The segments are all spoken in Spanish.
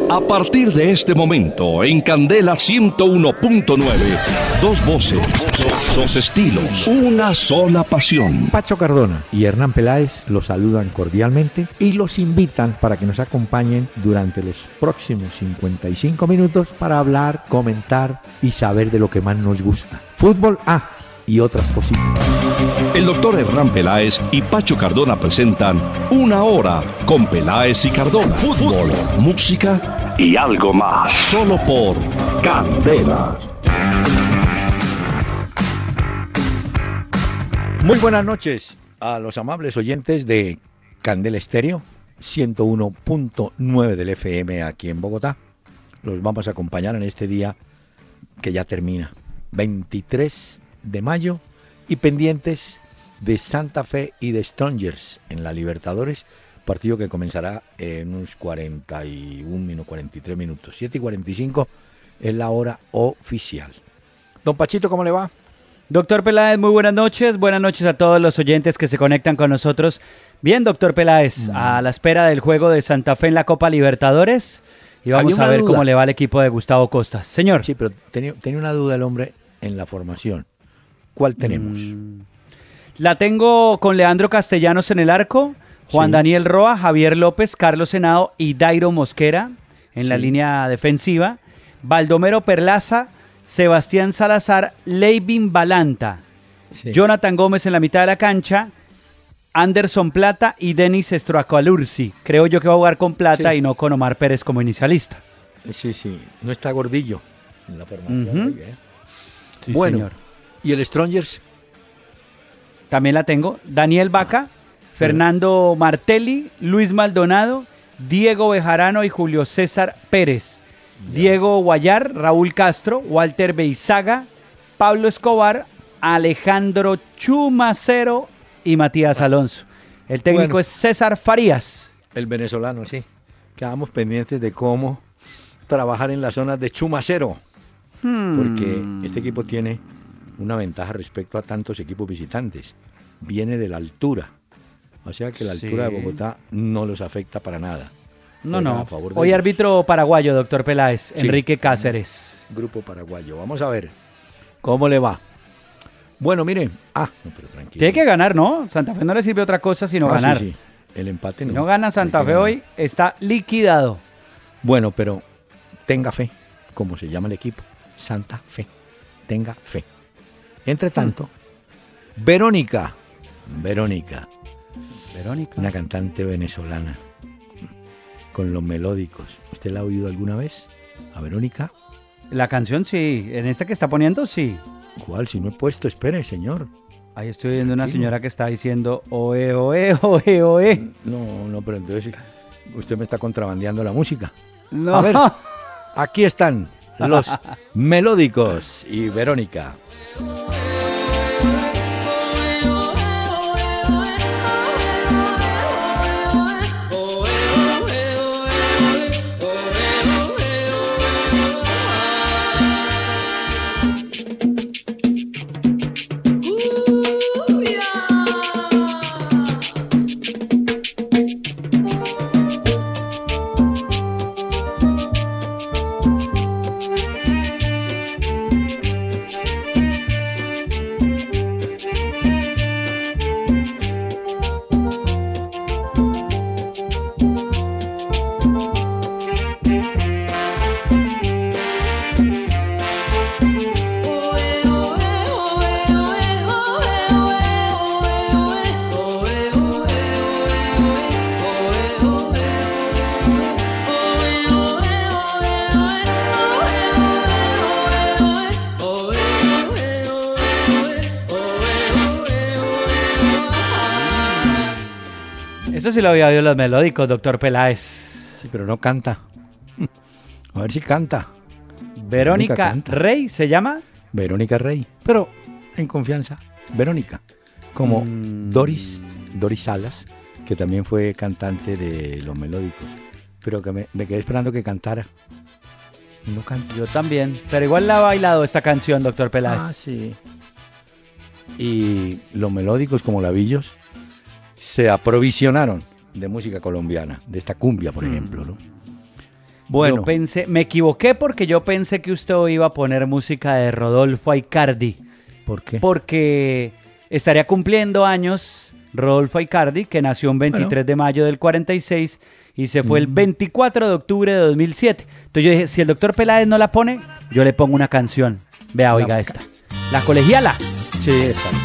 A partir de este momento, en Candela 101.9, dos voces, dos estilos, una sola pasión. Pacho Cardona y Hernán Peláez los saludan cordialmente y los invitan para que nos acompañen durante los próximos 55 minutos para hablar, comentar y saber de lo que más nos gusta. Fútbol y otras cositas. El doctor Hernán Peláez y Pacho Cardona presentan Una Hora con Peláez y Cardona. Fútbol, música y algo más. Solo por Candela. Muy buenas noches a los amables oyentes de Candela Estéreo 101.9 del FM aquí en Bogotá. Los vamos a acompañar en este día que ya termina, 23 de mayo, y pendientes de Santa Fe y de Strongers en la Libertadores, partido que comenzará en unos 43 minutos. 7:45 es la hora oficial. Don Pachito, ¿cómo le va? Doctor Peláez, muy buenas noches a todos los oyentes que se conectan con nosotros. Bien, doctor Peláez, a la espera del juego de Santa Fe en la Copa Libertadores, y vamos a ver cómo le va al equipo de Gustavo Costas. Señor. Sí, pero tenía una duda el hombre en la formación. ¿Cuál tenemos? La tengo con Leandro Castellanos en el arco, Juan Daniel Roa, Javier López, Carlos Henao y Dairo Mosquera en la línea defensiva, Baldomero Perlaza, Sebastián Salazar, Leivin Balanta, Jonathan Gómez en la mitad de la cancha, Anderson Plata y Denis Estroacoalursi. Creo yo que va a jugar con Plata y no con Omar Pérez como inicialista. Sí, no está Gordillo en la formación. Sí, bueno, señor. ¿Y el Strongers? También la tengo. Daniel Vaca, Fernando Martelli, Luis Maldonado, Diego Bejarano y Julio César Pérez. Diego Guayar, Raúl Castro, Walter Beizaga, Pablo Escobar, Alejandro Chumacero y Matías Alonso. El técnico es César Farías. El venezolano, sí. Quedamos pendientes de cómo trabajar en las zonas de Chumacero. Porque este equipo tiene una ventaja respecto a tantos equipos visitantes. Viene de la altura. O sea que la altura de Bogotá no los afecta para nada. No. Hoy árbitro paraguayo, doctor Peláez, Enrique Cáceres. Grupo paraguayo. Vamos a ver cómo le va. Bueno, mire. Pero tranquilo. Tiene que ganar, ¿no? Santa Fe no le sirve otra cosa sino ganar. Sí. El empate no. Si no gana Santa Fe hoy, está liquidado. Bueno, pero tenga fe, como se llama el equipo. Santa Fe. Tenga fe. Entre tanto, Verónica, una cantante venezolana, con los melódicos. ¿Usted la ha oído alguna vez? ¿A Verónica? La canción sí, en esta que está poniendo sí. ¿Cuál? Si no he puesto, espere, señor. Ahí estoy viendo una señora que está diciendo oe, oe, oe, oe. No, pero entonces usted me está contrabandeando la música. No. A ver, aquí están los melódicos y Verónica. Eso sí lo había oído los melódicos, doctor Peláez. Sí, pero no canta. A ver si canta. Verónica Rey, ¿se llama? Verónica Rey, pero en confianza. Verónica, como Doris Salas, que también fue cantante de los melódicos, pero que me quedé esperando que cantara. No canta. Yo también, pero igual la ha bailado esta canción, doctor Peláez. Sí. Y los melódicos como Lavillos se aprovisionaron de música colombiana, de esta cumbia, por ejemplo, ¿no? Bueno. Yo pensé, me equivoqué porque yo pensé que usted iba a poner música de Rodolfo Aicardi. ¿Por qué? Porque estaría cumpliendo años Rodolfo Aicardi, que nació un 23 de mayo del 46 y se fue el 24 de octubre de 2007. Entonces yo dije, si el doctor Peláez no la pone, yo le pongo una canción. Vea, oiga esta. La Colegiala. Sí, exacto.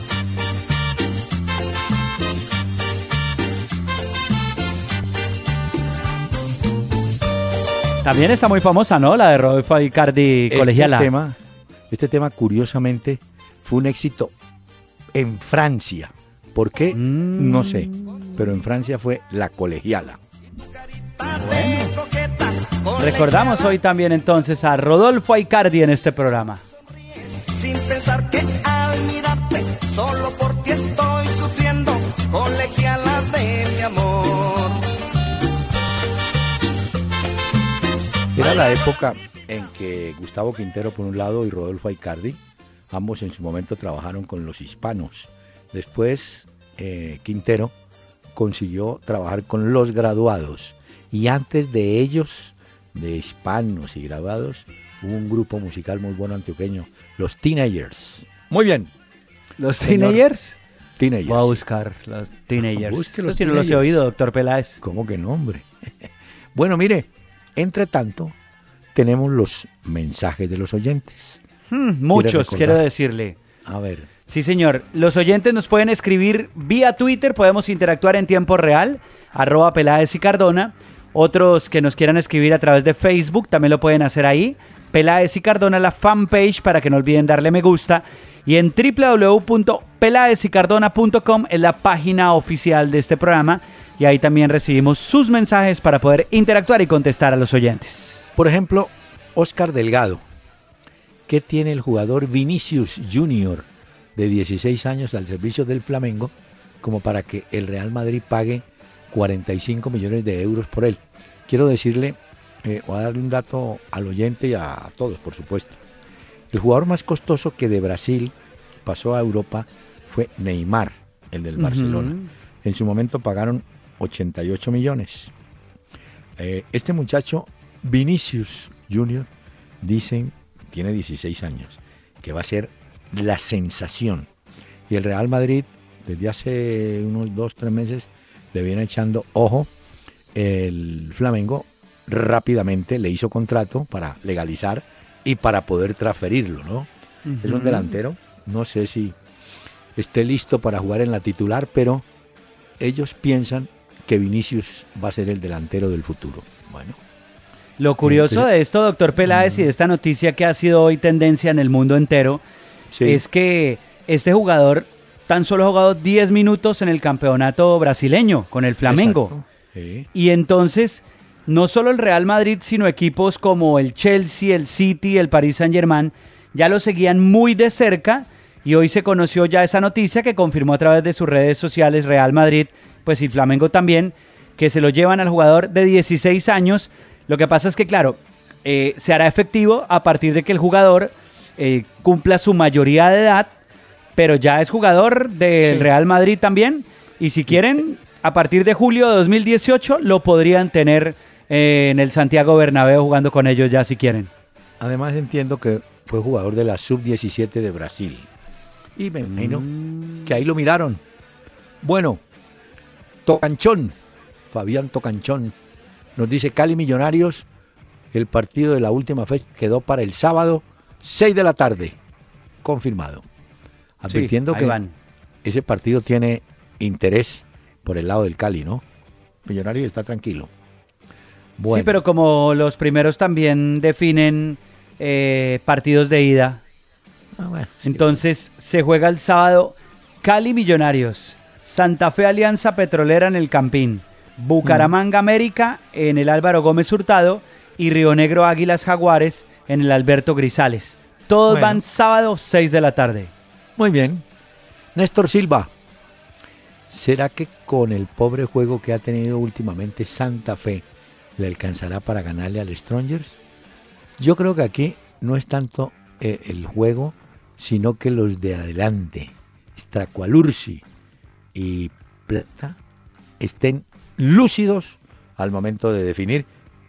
También está muy famosa, ¿no? La de Rodolfo Aicardi, Colegiala. Este tema, curiosamente, fue un éxito en Francia. ¿Por qué? No sé. Pero en Francia fue La Colegiala. Bueno. Recordamos hoy también entonces a Rodolfo Aicardi en este programa. Sin pensar que al mirarte, solo por ti estoy sufriendo, colegiala de mi amor. Era la época en que Gustavo Quintero por un lado y Rodolfo Aicardi, ambos en su momento trabajaron con los hispanos. Después Quintero consiguió trabajar con los graduados y antes de ellos, de hispanos y graduados, hubo un grupo musical muy bueno antioqueño, los Teenagers. Muy bien. ¿Los Teenagers? Teenagers. Voy a buscar los Teenagers. Busque los Eso sí no los he oído, doctor Peláez. ¿Cómo que no, hombre? Bueno, mire, entre tanto, tenemos los mensajes de los oyentes. Muchos, quiero decirle. A ver. Sí, señor. Los oyentes nos pueden escribir vía Twitter, podemos interactuar en tiempo real, @Peláez y Cardona. Otros que nos quieran escribir a través de Facebook también lo pueden hacer ahí. Peláez y Cardona, la fanpage, para que no olviden darle me gusta. Y en www.pelaezycardona.com es la página oficial de este programa. Y ahí también recibimos sus mensajes para poder interactuar y contestar a los oyentes. Por ejemplo, Oscar Delgado. ¿Qué tiene el jugador Vinicius Junior de 16 años al servicio del Flamengo como para que el Real Madrid pague 45 millones de euros por él? Quiero decirle, voy a darle un dato al oyente y a todos, por supuesto. El jugador más costoso que de Brasil pasó a Europa fue Neymar, el del Barcelona. En su momento pagaron 88 millones. Este muchacho, Vinicius Junior, dicen, tiene 16 años, que va a ser la sensación. Y el Real Madrid, desde hace unos 2-3 meses, le viene echando ojo. El Flamengo rápidamente le hizo contrato para legalizar y para poder transferirlo, ¿no? Es un delantero, no sé si esté listo para jugar en la titular, pero ellos piensan que Vinicius va a ser el delantero del futuro. Bueno. Lo curioso de esto, doctor Peláez, y de esta noticia que ha sido hoy tendencia en el mundo entero, es que este jugador tan solo ha jugado 10 minutos en el campeonato brasileño con el Flamengo. Sí. Y entonces, no solo el Real Madrid, sino equipos como el Chelsea, el City, el Paris Saint-Germain, ya lo seguían muy de cerca. Y hoy se conoció ya esa noticia que confirmó a través de sus redes sociales Real Madrid, pues y Flamengo también, que se lo llevan al jugador de 16 años. Lo que pasa es que, claro, se hará efectivo a partir de que el jugador cumpla su mayoría de edad, pero ya es jugador del Real Madrid también. Y si quieren, a partir de julio de 2018 lo podrían tener en el Santiago Bernabéu jugando con ellos ya si quieren. Además entiendo que fue jugador de la Sub-17 de Brasil. Y me imagino que ahí lo miraron. Bueno, Tocanchón, Fabián Tocanchón, nos dice Cali Millonarios, el partido de la última fecha quedó para el sábado, 6 de la tarde, confirmado. Advirtiendo que ese partido tiene interés por el lado del Cali, ¿no? Millonarios está tranquilo. Bueno. Sí, pero como los primeros también definen partidos de ida, bueno, entonces se juega el sábado Cali Millonarios, Santa Fe Alianza Petrolera en el Campín, Bucaramanga América en el Álvaro Gómez Hurtado y Río Negro Águilas Jaguares en el Alberto Grisales. Todos van sábado 6 de la tarde. Muy bien. Néstor Silva, ¿será que con el pobre juego que ha tenido últimamente Santa Fe le alcanzará para ganarle al Strongers? Yo creo que aquí no es tanto el juego, sino que los de adelante, Stracualursi y Plata, estén lúcidos al momento de definir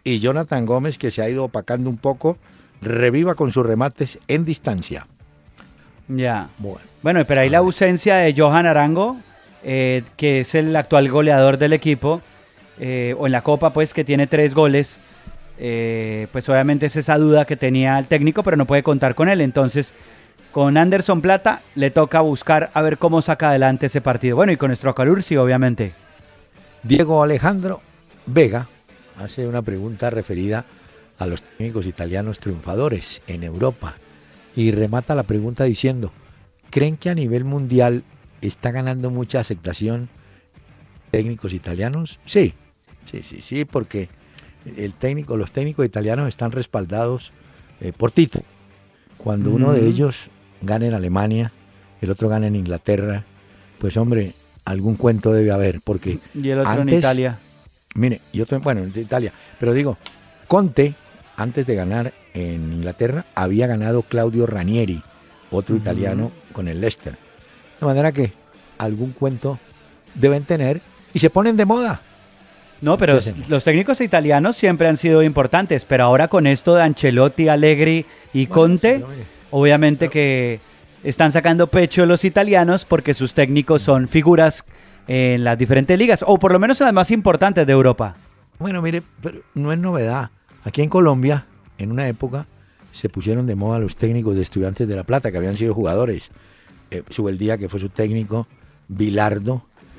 y Jonathan Gómez, que se ha ido opacando un poco, reviva con sus remates en distancia. Ya. Bueno, pero ahí la ausencia de Johan Arango, que es el actual goleador del equipo, o en la Copa, pues, que tiene 3 goles, pues obviamente es esa duda que tenía el técnico, pero no puede contar con él. Entonces, con Anderson Plata le toca buscar a ver cómo saca adelante ese partido. Bueno, y con Estrocalur sí, obviamente. Diego Alejandro Vega hace una pregunta referida a los técnicos italianos triunfadores en Europa y remata la pregunta diciendo: ¿creen que a nivel mundial está ganando mucha aceptación técnicos italianos? Sí, porque los técnicos italianos están respaldados por Tito. Cuando uno de ellos gana en Alemania, el otro gana en Inglaterra, pues hombre, algún cuento debe haber, porque y el otro en Italia. Mire, en Italia, pero digo, Conte, antes de ganar en Inglaterra, había ganado Claudio Ranieri, otro italiano, con el Leicester. De manera que algún cuento deben tener y se ponen de moda. No, pero los técnicos italianos siempre han sido importantes, pero ahora con esto de Ancelotti, Allegri y Conte, obviamente que están sacando pecho los italianos porque sus técnicos son figuras en las diferentes ligas, o por lo menos en las más importantes de Europa. Bueno, mire, pero no es novedad. Aquí en Colombia, en una época, se pusieron de moda los técnicos de Estudiantes de La Plata, que habían sido jugadores. Subeldía, que fue su técnico, Bilardo,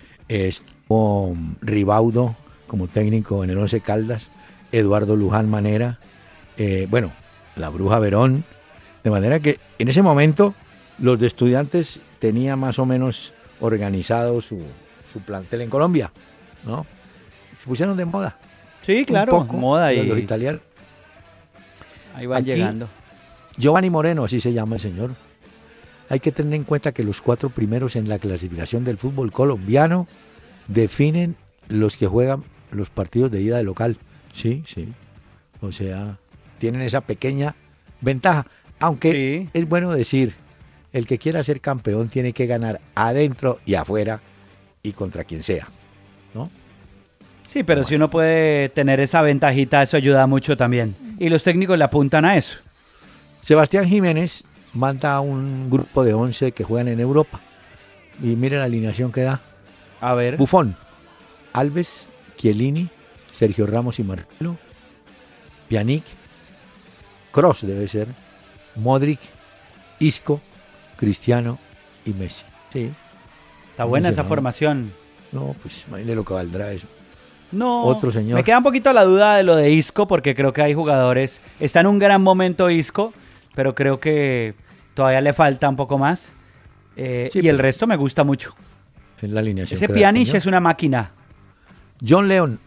Ribaudo como técnico en el Once Caldas, Eduardo Luján Manera, la Bruja Verón. De manera que en ese momento los de Estudiantes tenían más o menos organizado su plantel en Colombia, ¿no? Se pusieron de moda. Sí, claro, moda y los italianos. Ahí van llegando. Giovanni Moreno, así se llama el señor. Hay que tener en cuenta que los 4 primeros en la clasificación del fútbol colombiano definen los que juegan los partidos de ida de local. Sí. O sea, tienen esa pequeña ventaja. Aunque es bueno decir, el que quiera ser campeón tiene que ganar adentro y afuera y contra quien sea, ¿no? Sí, pero si uno puede tener esa ventajita, eso ayuda mucho también. Y los técnicos le apuntan a eso. Sebastián Jiménez manda a un grupo de 11 que juegan en Europa. Y mire la alineación que da. A ver. Buffon, Alves, Chiellini, Sergio Ramos y Marcelo, Pjanic, Kroos debe ser, Modric, Isco, Cristiano y Messi. Sí. Está buena esa formación. No, pues imagínate lo que valdrá eso. No, otro señor. Me queda un poquito la duda de lo de Isco, porque creo que hay jugadores. Está en un gran momento Isco, pero creo que todavía le falta un poco más. Y el resto me gusta mucho. En la alineación. Ese Pjanic es una máquina. John León.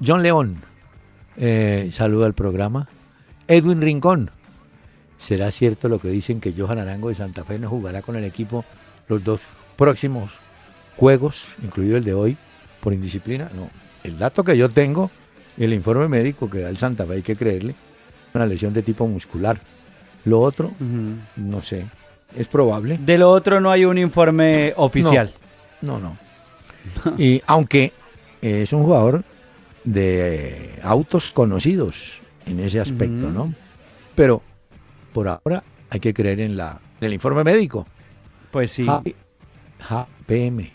Saluda al programa. Edwin Rincón. ¿Será cierto lo que dicen que Johan Arango de Santa Fe no jugará con el equipo los 2 próximos juegos, incluido el de hoy, por indisciplina? No. El dato que yo tengo, el informe médico que da el Santa Fe, hay que creerle, una lesión de tipo muscular. Lo otro, no sé, es probable. De lo otro no hay un informe oficial. No. Y aunque es un jugador de autos conocidos en ese aspecto, ¿no? Pero por ahora hay que creer en el informe médico. Pues sí. JPM.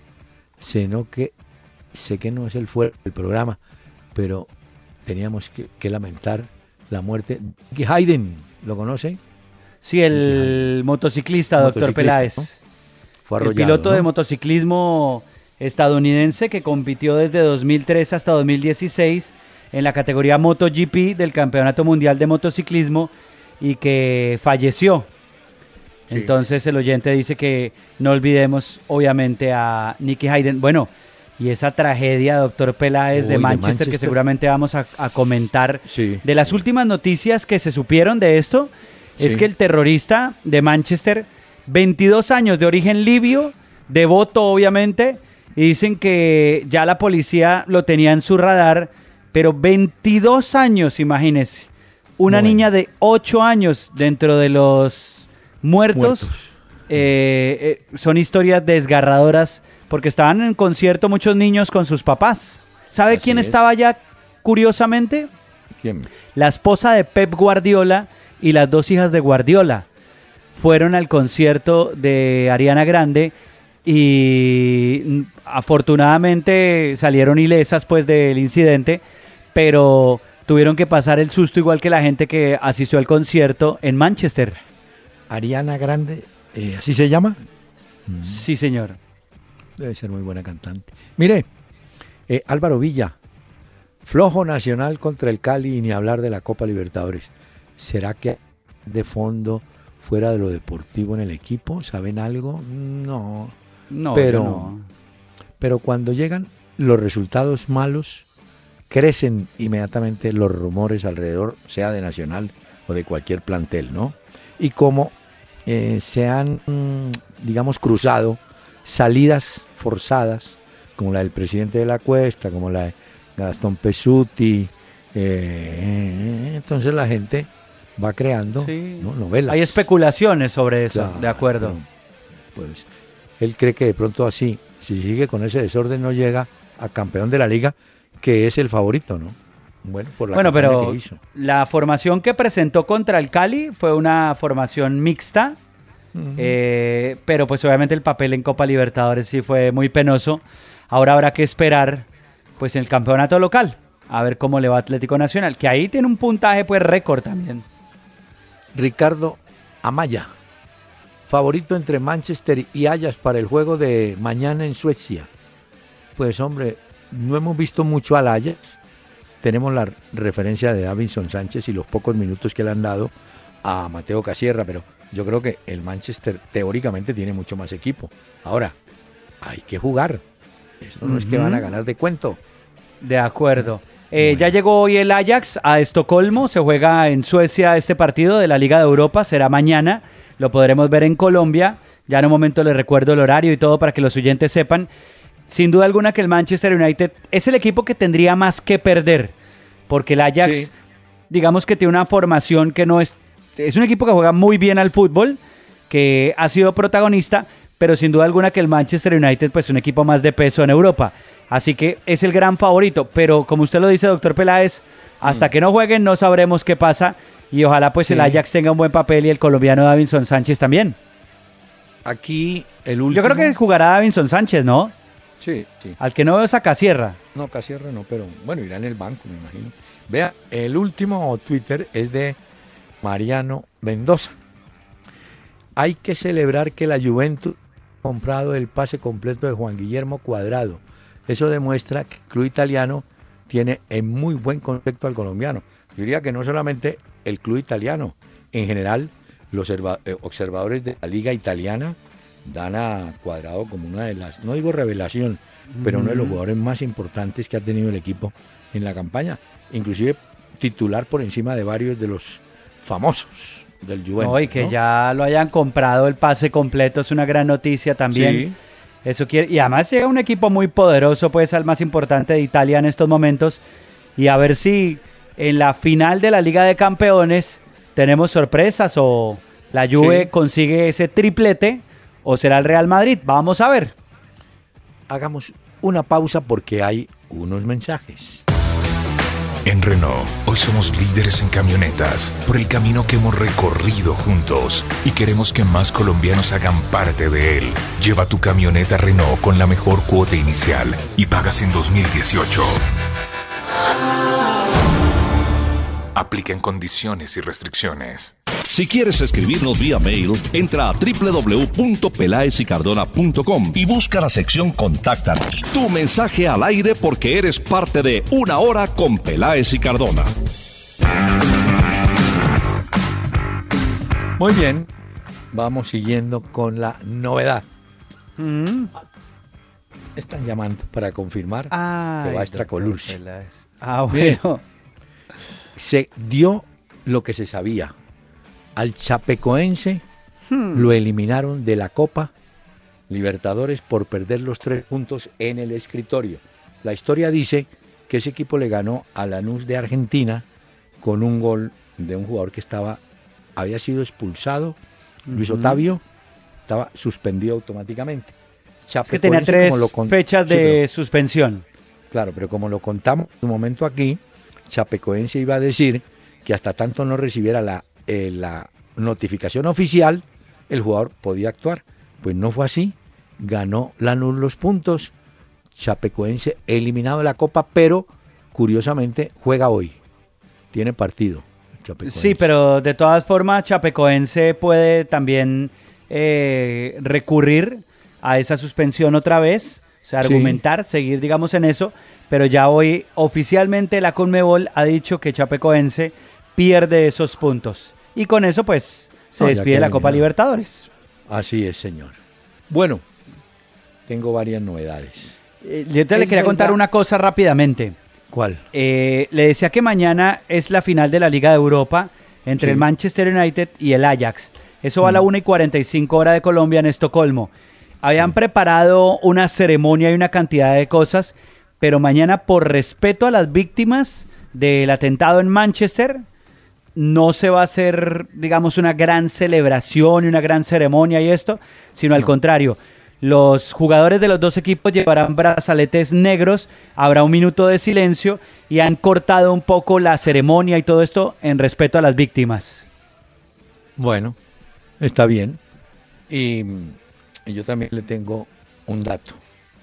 Sé que no es el fuerte del programa, pero teníamos que lamentar la muerte de Nicky Hayden. ¿Lo conoce? Sí, el motociclista, doctor Peláez. ¿No? Fue arrollado, el piloto de motociclismo estadounidense que compitió desde 2003 hasta 2016 en la categoría MotoGP del Campeonato Mundial de Motociclismo y que falleció. Sí. Entonces el oyente dice que no olvidemos obviamente a Nicky Hayden. Bueno, y esa tragedia, doctor Peláez, de Manchester, que seguramente vamos a comentar. Sí, de las últimas noticias que se supieron de esto, es que el terrorista de Manchester, 22 años de origen libio, devoto obviamente, y dicen que ya la policía lo tenía en su radar, pero 22 años, imagínense. Una niña de 8 años dentro de los muertos. Son historias desgarradoras porque estaban en concierto muchos niños con sus papás. ¿Sabe quién estaba allá, curiosamente? ¿Quién? La esposa de Pep Guardiola y las dos hijas de Guardiola fueron al concierto de Ariana Grande y afortunadamente salieron ilesas pues del incidente, pero tuvieron que pasar el susto igual que la gente que asistió al concierto en Manchester. Ariana Grande, ¿así se llama? Sí, señor. Debe ser muy buena cantante. Mire, Álvaro Villa, flojo Nacional contra el Cali y ni hablar de la Copa Libertadores. ¿Será que de fondo, fuera de lo deportivo en el equipo, saben algo? No, pero cuando llegan los resultados malos, crecen inmediatamente los rumores alrededor, sea de Nacional o de cualquier plantel, ¿no? Y como se han, digamos, cruzado salidas forzadas, como la del presidente de la Cuesta, como la de Gastón Pesuti, entonces la gente va creando novelas. Hay especulaciones sobre eso, Claro, de acuerdo. Pues él cree que de pronto así, si sigue con ese desorden, no llega a campeón de la liga, que es el favorito, ¿no? Bueno, por la campaña pero que hizo. la formación que presentó contra el Cali fue una formación mixta, pero pues obviamente el papel en Copa Libertadores sí fue muy penoso. Ahora habrá que esperar pues en el campeonato local, a ver cómo le va a Atlético Nacional, que ahí tiene un puntaje pues récord también. Ricardo Amaya, favorito entre Manchester y Ajax para el juego de mañana en Suecia. Pues hombre, no hemos visto mucho al Ajax. Tenemos la referencia de Davinson Sánchez y los pocos minutos que le han dado a Mateo Casierra, pero yo creo que el Manchester teóricamente tiene mucho más equipo. Ahora, hay que jugar. Eso no es que van a ganar de cuento. De acuerdo. Ya llegó hoy el Ajax a Estocolmo, se juega en Suecia este partido de la Liga de Europa, será mañana, lo podremos ver en Colombia, ya en un momento les recuerdo el horario y todo para que los oyentes sepan. Sin duda alguna que el Manchester United es el equipo que tendría más que perder, porque el Ajax, digamos que tiene una formación que no es un equipo que juega muy bien al fútbol, que ha sido protagonista, pero sin duda alguna que el Manchester United pues es un equipo más de peso en Europa. Así que es el gran favorito, pero como usted lo dice, doctor Peláez, hasta que no jueguen no sabremos qué pasa y ojalá pues el Ajax tenga un buen papel y el colombiano Davinson Sánchez también. Aquí el último... Yo creo que jugará Davinson Sánchez, ¿no? Sí. Al que no veo es a Casierra. No, Casierra no, pero bueno, irá en el banco, me imagino. Vea, el último Twitter es de Mariano Mendoza. Hay que celebrar que la Juventus ha comprado el pase completo de Juan Guillermo Cuadrado. Eso demuestra que el club italiano tiene en muy buen concepto al colombiano. Yo diría que no solamente el club italiano, en general los observadores de la liga italiana dan a Cuadrado como una de las, no digo revelación, pero uno de los jugadores más importantes que ha tenido el equipo en la campaña. Inclusive titular por encima de varios de los famosos del Juventus. No, y que ya lo hayan comprado el pase completo es una gran noticia también. Sí. Eso quiere, y además llega un equipo muy poderoso, pues al más importante de Italia en estos momentos, y a ver si en la final de la Liga de Campeones tenemos sorpresas o la Juve consigue ese triplete o será el Real Madrid. Vamos a ver. Hagamos una pausa porque hay unos mensajes. En Renault, hoy somos líderes en camionetas por el camino que hemos recorrido juntos y queremos que más colombianos hagan parte de él. Lleva tu camioneta Renault con la mejor cuota inicial y pagas en 2018. Aplica en condiciones y restricciones. Si quieres escribirnos vía mail, entra a www.pelaezicardona.com y busca la sección Contáctanos. Tu mensaje al aire porque eres parte de Una Hora con Peláez y Cardona. Muy bien, vamos siguiendo con la novedad. Están llamando para confirmar que va a Extracolursi. Bueno. Se dio lo que se sabía. Al chapecoense lo eliminaron de la Copa Libertadores por perder los 3 puntos en el escritorio. La historia dice que ese equipo le ganó a Lanús de Argentina con un gol de un jugador que había sido expulsado, Luis Otavio, estaba suspendido automáticamente. Es que tenía 3 fechas de suspensión. Claro, pero como lo contamos en un momento aquí, Chapecoense iba a decir que hasta tanto no recibiera la notificación oficial, el jugador podía actuar. Pues no fue así, ganó Lanús los puntos, Chapecoense eliminado de la Copa, pero curiosamente juega hoy, tiene partido. Sí, pero de todas formas Chapecoense puede también recurrir a esa suspensión otra vez, o sea, argumentar, seguir digamos en eso, pero ya hoy oficialmente la Conmebol ha dicho que Chapecoense pierde esos puntos y con eso pues se despide la Copa Libertadores. Así es, señor. Bueno, tengo varias novedades. Yo le quería contar una cosa rápidamente. ¿Cuál? Le decía que mañana es la final de la Liga de Europa entre el Manchester United y el Ajax. Eso va a la 1:45 hora de Colombia en Estocolmo. Habían preparado una ceremonia y una cantidad de cosas, pero mañana por respeto a las víctimas del atentado en Manchester, no se va a hacer, digamos, una gran celebración y una gran ceremonia y esto, sino al contrario. Los jugadores de los dos equipos llevarán brazaletes negros, habrá un minuto de silencio y han cortado un poco la ceremonia y todo esto en respeto a las víctimas. Bueno, está bien. Y yo también le tengo un dato.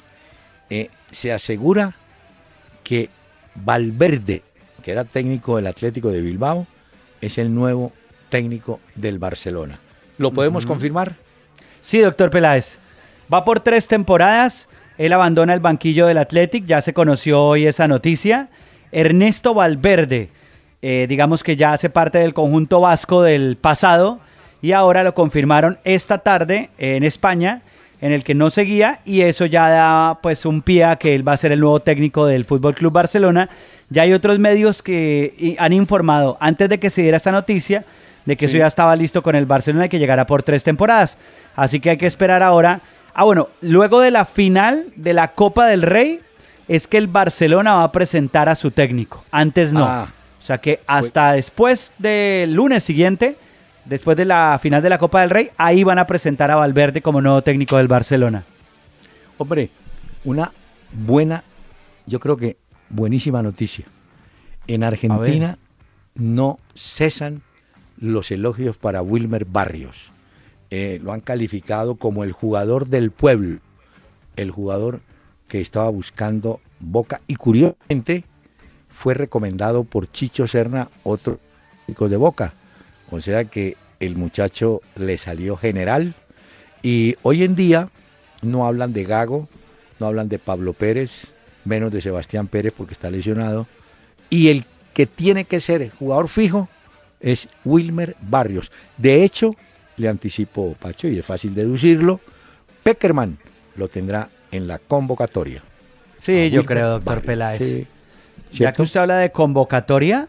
Se asegura que Valverde, que era técnico del Atlético de Bilbao, es el nuevo técnico del Barcelona. ¿Lo podemos confirmar? Sí, doctor Peláez. Va por 3 temporadas, él abandona el banquillo del Athletic, ya se conoció hoy esa noticia. Ernesto Valverde, digamos que ya hace parte del conjunto vasco del pasado y ahora lo confirmaron esta tarde en España, en el que no seguía y eso ya da pues un pie a que él va a ser el nuevo técnico del Fútbol Club Barcelona. Ya hay otros medios que han informado antes de que se diera esta noticia de que eso ya estaba listo con el Barcelona y que llegará por 3 temporadas. Así que hay que esperar ahora. Bueno, luego de la final de la Copa del Rey es que el Barcelona va a presentar a su técnico. Antes no. O sea que hasta después del lunes siguiente, después de la final de la Copa del Rey, ahí van a presentar a Valverde como nuevo técnico del Barcelona. Hombre, una buena, yo creo que buenísima noticia. En Argentina no cesan los elogios para Wilmer Barrios. Lo han calificado como el jugador del pueblo, el jugador que estaba buscando Boca y curiosamente fue recomendado por Chicho Serna, otro técnico de Boca. O sea que el muchacho le salió general y hoy en día no hablan de Gago, no hablan de Pablo Pérez, menos de Sebastián Pérez porque está lesionado. Y el que tiene que ser jugador fijo es Wilmer Barrios. De hecho, le anticipo, Pacho, y es fácil deducirlo, Peckerman lo tendrá en la convocatoria. Sí, yo creo, doctor Peláez. Sí, ya que usted habla de convocatoria,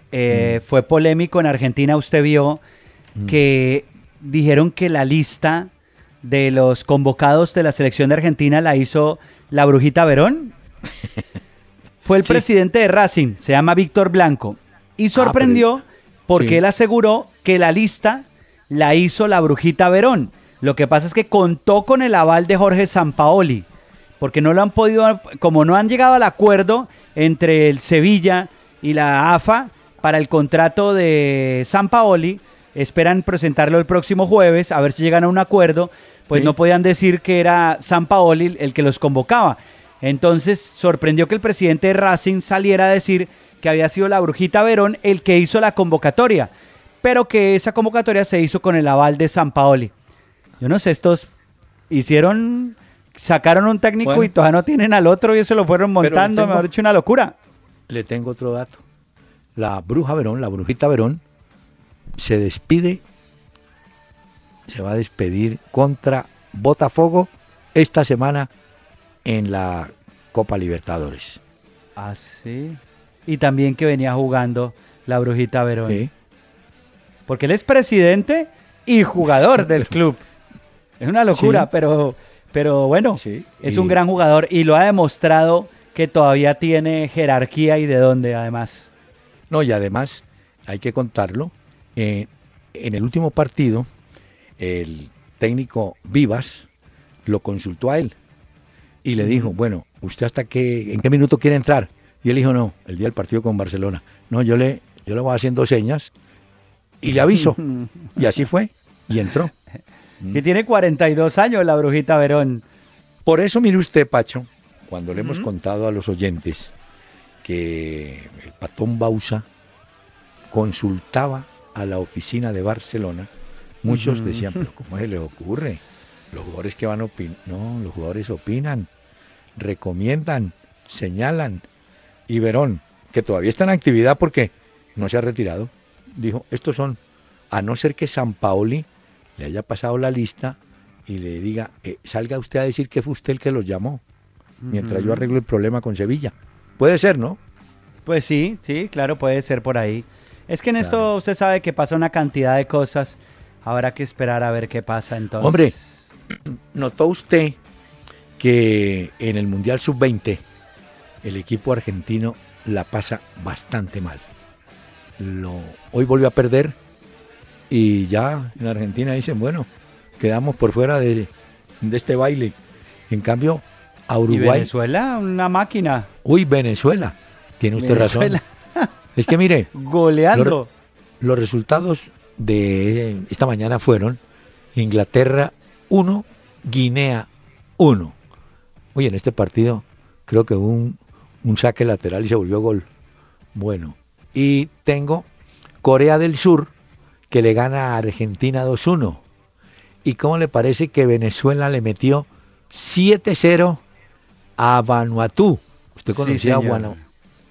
fue polémico en Argentina, usted vio que dijeron que la lista de los convocados de la selección de Argentina la hizo la Brujita Verón. Fue el presidente de Racing, se llama Víctor Blanco, y sorprendió porque él aseguró que la lista la hizo la Brujita Verón. Lo que pasa es que contó con el aval de Jorge Sampaoli, porque no lo han podido, como no han llegado al acuerdo entre el Sevilla y la AFA para el contrato de Sampaoli, esperan presentarlo el próximo jueves, a ver si llegan a un acuerdo, pues no podían decir que era Sampaoli el que los convocaba. Entonces sorprendió que el presidente de Racing saliera a decir que había sido la Brujita Verón el que hizo la convocatoria, pero que esa convocatoria se hizo con el aval de Sampaoli. Yo no sé, estos sacaron un técnico y todavía no tienen al otro y eso lo fueron montando, mejor dicho, una locura. Le tengo otro dato. La Bruja Verón, la Brujita Verón, se va a despedir contra Botafogo esta semana en la Copa Libertadores. Ah, sí. Y también que venía jugando la Brujita Verón. Sí. Porque él es presidente y jugador del club. Es una locura, pero bueno, es un gran jugador y lo ha demostrado que todavía tiene jerarquía y de dónde además. No, y además hay que contarlo, en el último partido el técnico Vivas lo consultó a él y le dijo, bueno, ¿usted en qué minuto quiere entrar? Y él dijo, no, el día del partido con Barcelona. No, yo le voy haciendo señas y le aviso. Y así fue, y entró. Que tiene 42 años la Brujita Verón. Por eso, mire usted, Pacho, cuando le hemos contado a los oyentes que el Patón Bausa consultaba a la oficina de Barcelona, muchos decían, pero ¿cómo se le ocurre? Los jugadores que van a opinar, no, los jugadores opinan, recomiendan, señalan. Y Verón, que todavía está en actividad porque no se ha retirado, dijo, estos son, a no ser que Sampaoli le haya pasado la lista y le diga, salga usted a decir que fue usted el que los llamó, mientras yo arreglo el problema con Sevilla. Puede ser, ¿no? Pues sí, claro, puede ser por ahí. Es que en esto usted sabe que pasa una cantidad de cosas, habrá que esperar a ver qué pasa entonces. Hombre, ¿notó usted que en el Mundial Sub-20 el equipo argentino la pasa bastante mal? Hoy volvió a perder y ya en Argentina dicen, bueno, quedamos por fuera de este baile. En cambio, a Uruguay... ¿Y Venezuela? Una máquina. Uy, Venezuela. Tiene usted razón. Es que mire... Goleando. Los resultados de esta mañana fueron Inglaterra 1, Guinea 1. Oye, en este partido creo que hubo un saque lateral y se volvió gol. Bueno, y tengo Corea del Sur, que le gana a Argentina 2-1. ¿Y cómo le parece que Venezuela le metió 7-0 a Vanuatu? ¿Usted conocía a Vanuatu?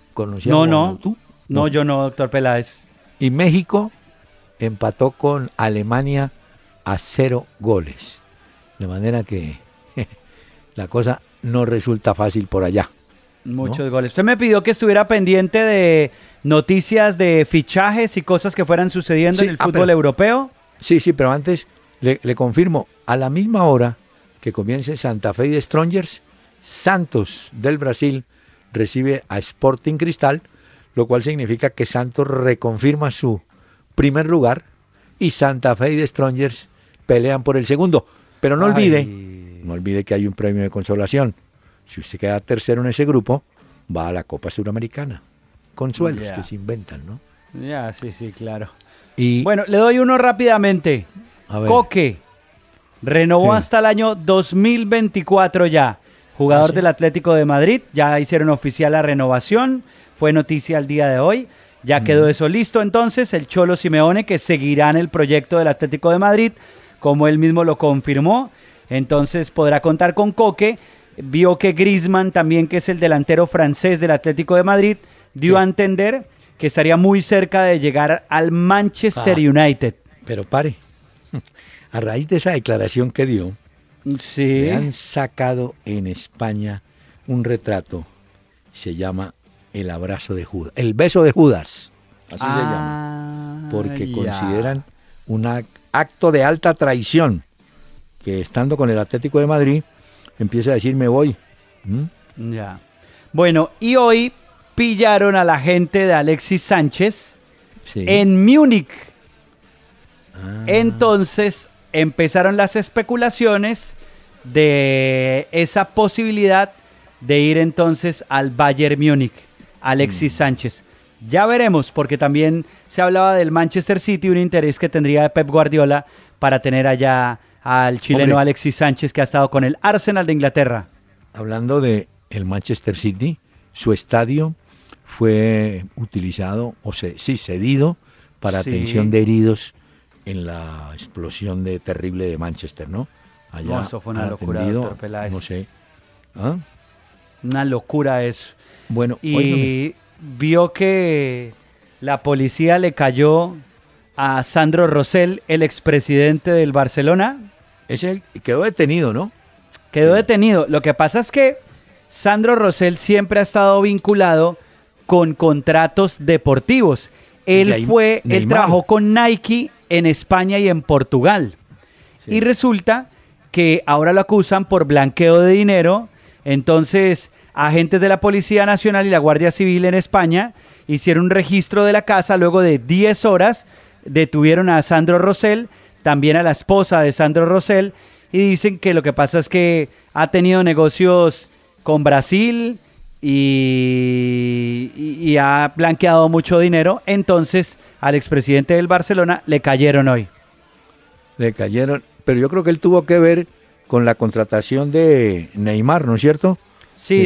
No, yo no, doctor Peláez. Y México empató con Alemania a 0 goles. De manera que la cosa no resulta fácil por allá. Muchos goles. Usted me pidió que estuviera pendiente de noticias de fichajes y cosas que fueran sucediendo en el fútbol europeo. Sí, pero antes le confirmo, a la misma hora que comience Santa Fe y de Strongers, Santos del Brasil recibe a Sporting Cristal, lo cual significa que Santos reconfirma su primer lugar y Santa Fe y de Strongers pelean por el segundo. Pero no olvide que hay un premio de consolación. Si usted queda tercero en ese grupo, va a la Copa Suramericana. Consuelos que se inventan, ¿no? Ya, sí, claro. Y bueno, le doy uno rápidamente. Coque renovó hasta el año 2024 ya. Jugador del Atlético de Madrid, ya hicieron oficial la renovación, fue noticia el día de hoy, ya quedó eso listo. Entonces el Cholo Simeone, que seguirá en el proyecto del Atlético de Madrid, como él mismo lo confirmó, entonces podrá contar con Coque. Vio que Griezmann también, que es el delantero francés del Atlético de Madrid, dio a entender que estaría muy cerca de llegar al Manchester United. Pero pare, a raíz de esa declaración que dio, le han sacado en España un retrato, se llama El abrazo de Judas, el beso de Judas, así se llama, porque consideran un acto de alta traición, que estando con el Atlético de Madrid, empieza a decir me voy. Ya. Bueno, y hoy pillaron a la gente de Alexis Sánchez en Múnich. Entonces empezaron las especulaciones de esa posibilidad de ir entonces al Bayern Múnich, Alexis Sánchez. Ya veremos, porque también se hablaba del Manchester City, un interés que tendría Pep Guardiola para tener allá al chileno Alexis Sánchez, que ha estado con el Arsenal de Inglaterra. Hablando de el Manchester City, su estadio fue utilizado, cedido para atención de heridos en la explosión terrible de Manchester, ¿no? Allá eso fue una locura, doctor Peláez. No sé. Una locura eso. Bueno, y vio que la policía le cayó a Sandro Rosell, el expresidente del Barcelona. Ese quedó detenido, ¿no? Quedó detenido. Lo que pasa es que Sandro Rosell siempre ha estado vinculado con contratos deportivos. Él trabajó con Nike en España y en Portugal. Y resulta que ahora lo acusan por blanqueo de dinero. Entonces, agentes de la Policía Nacional y la Guardia Civil en España hicieron un registro de la casa. Luego de 10 horas detuvieron a Sandro Rosell, también a la esposa de Sandro Rosell, y dicen que lo que pasa es que ha tenido negocios con Brasil y ha blanqueado mucho dinero. Entonces, al expresidente del Barcelona le cayeron hoy. Le cayeron, pero yo creo que él tuvo que ver con la contratación de Neymar, ¿no es cierto? Sí.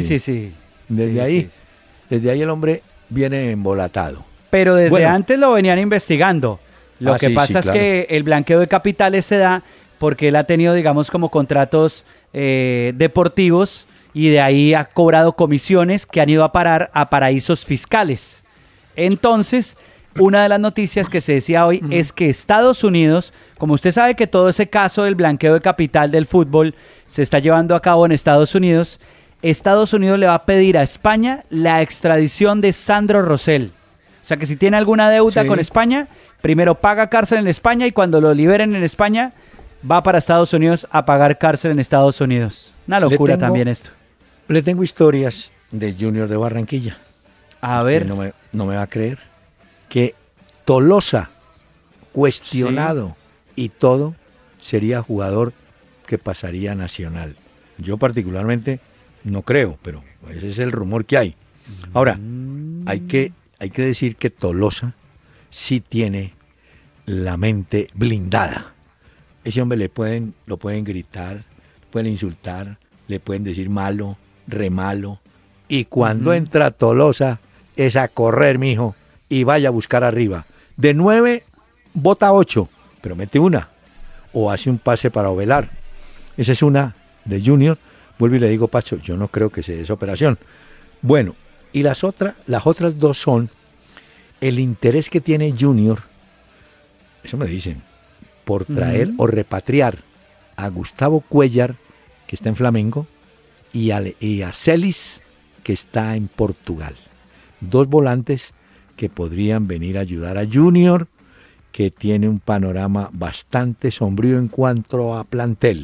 Desde ahí el hombre viene embolatado. Pero desde antes lo venían investigando. Lo que pasa es claro. que el blanqueo de capitales se da porque él ha tenido, digamos, como contratos deportivos y de ahí ha cobrado comisiones que han ido a parar a paraísos fiscales. Entonces, una de las noticias que se decía hoy es que Estados Unidos, como usted sabe que todo ese caso del blanqueo de capital del fútbol se está llevando a cabo en Estados Unidos le va a pedir a España la extradición de Sandro Rosell. O sea que si tiene alguna deuda con España, primero paga cárcel en España y cuando lo liberen en España, va para Estados Unidos a pagar cárcel en Estados Unidos. Una locura también esto. Le tengo historias de Junior de Barranquilla. A ver. No me va a creer. Que Tolosa, cuestionado y todo, sería jugador que pasaría a Nacional. Yo particularmente no creo, pero ese es el rumor que hay. Ahora, hay que decir que Tolosa sí tiene la mente blindada. Ese hombre lo pueden gritar, pueden insultar, le pueden decir malo, re malo. Y cuando entra Tolosa, es a correr, mijo, y vaya a buscar arriba. De 9, bota 8, pero mete una. O hace un pase para Ovelar. Esa es una de Junior. Vuelvo y le digo, Pacho, yo no creo que se dé esa operación. Bueno, y las otras dos son el interés que tiene Junior, eso me dicen, por traer o repatriar a Gustavo Cuéllar, que está en Flamengo, y a Celis, que está en Portugal. 2 volantes que podrían venir a ayudar a Junior, que tiene un panorama bastante sombrío en cuanto a plantel.